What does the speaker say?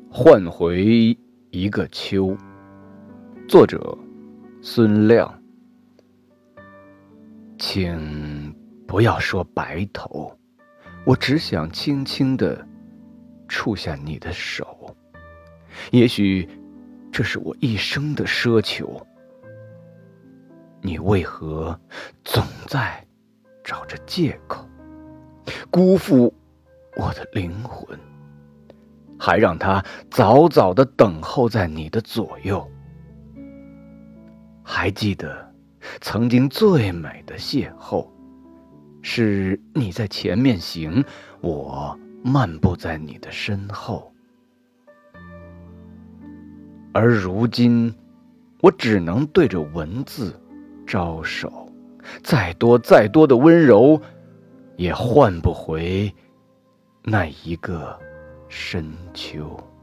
换回一个秋。作者孙亮。请不要说白头，我只想轻轻地触下你的手，也许这是我一生的奢求。你为何总在找着借口，辜负我的灵魂，还让它早早地等候在你的左右？还记得曾经最美的邂逅，是你在前面行，我漫步在你的身后。而如今，我只能对着文字招手，再多的温柔，也换不回那一个深秋。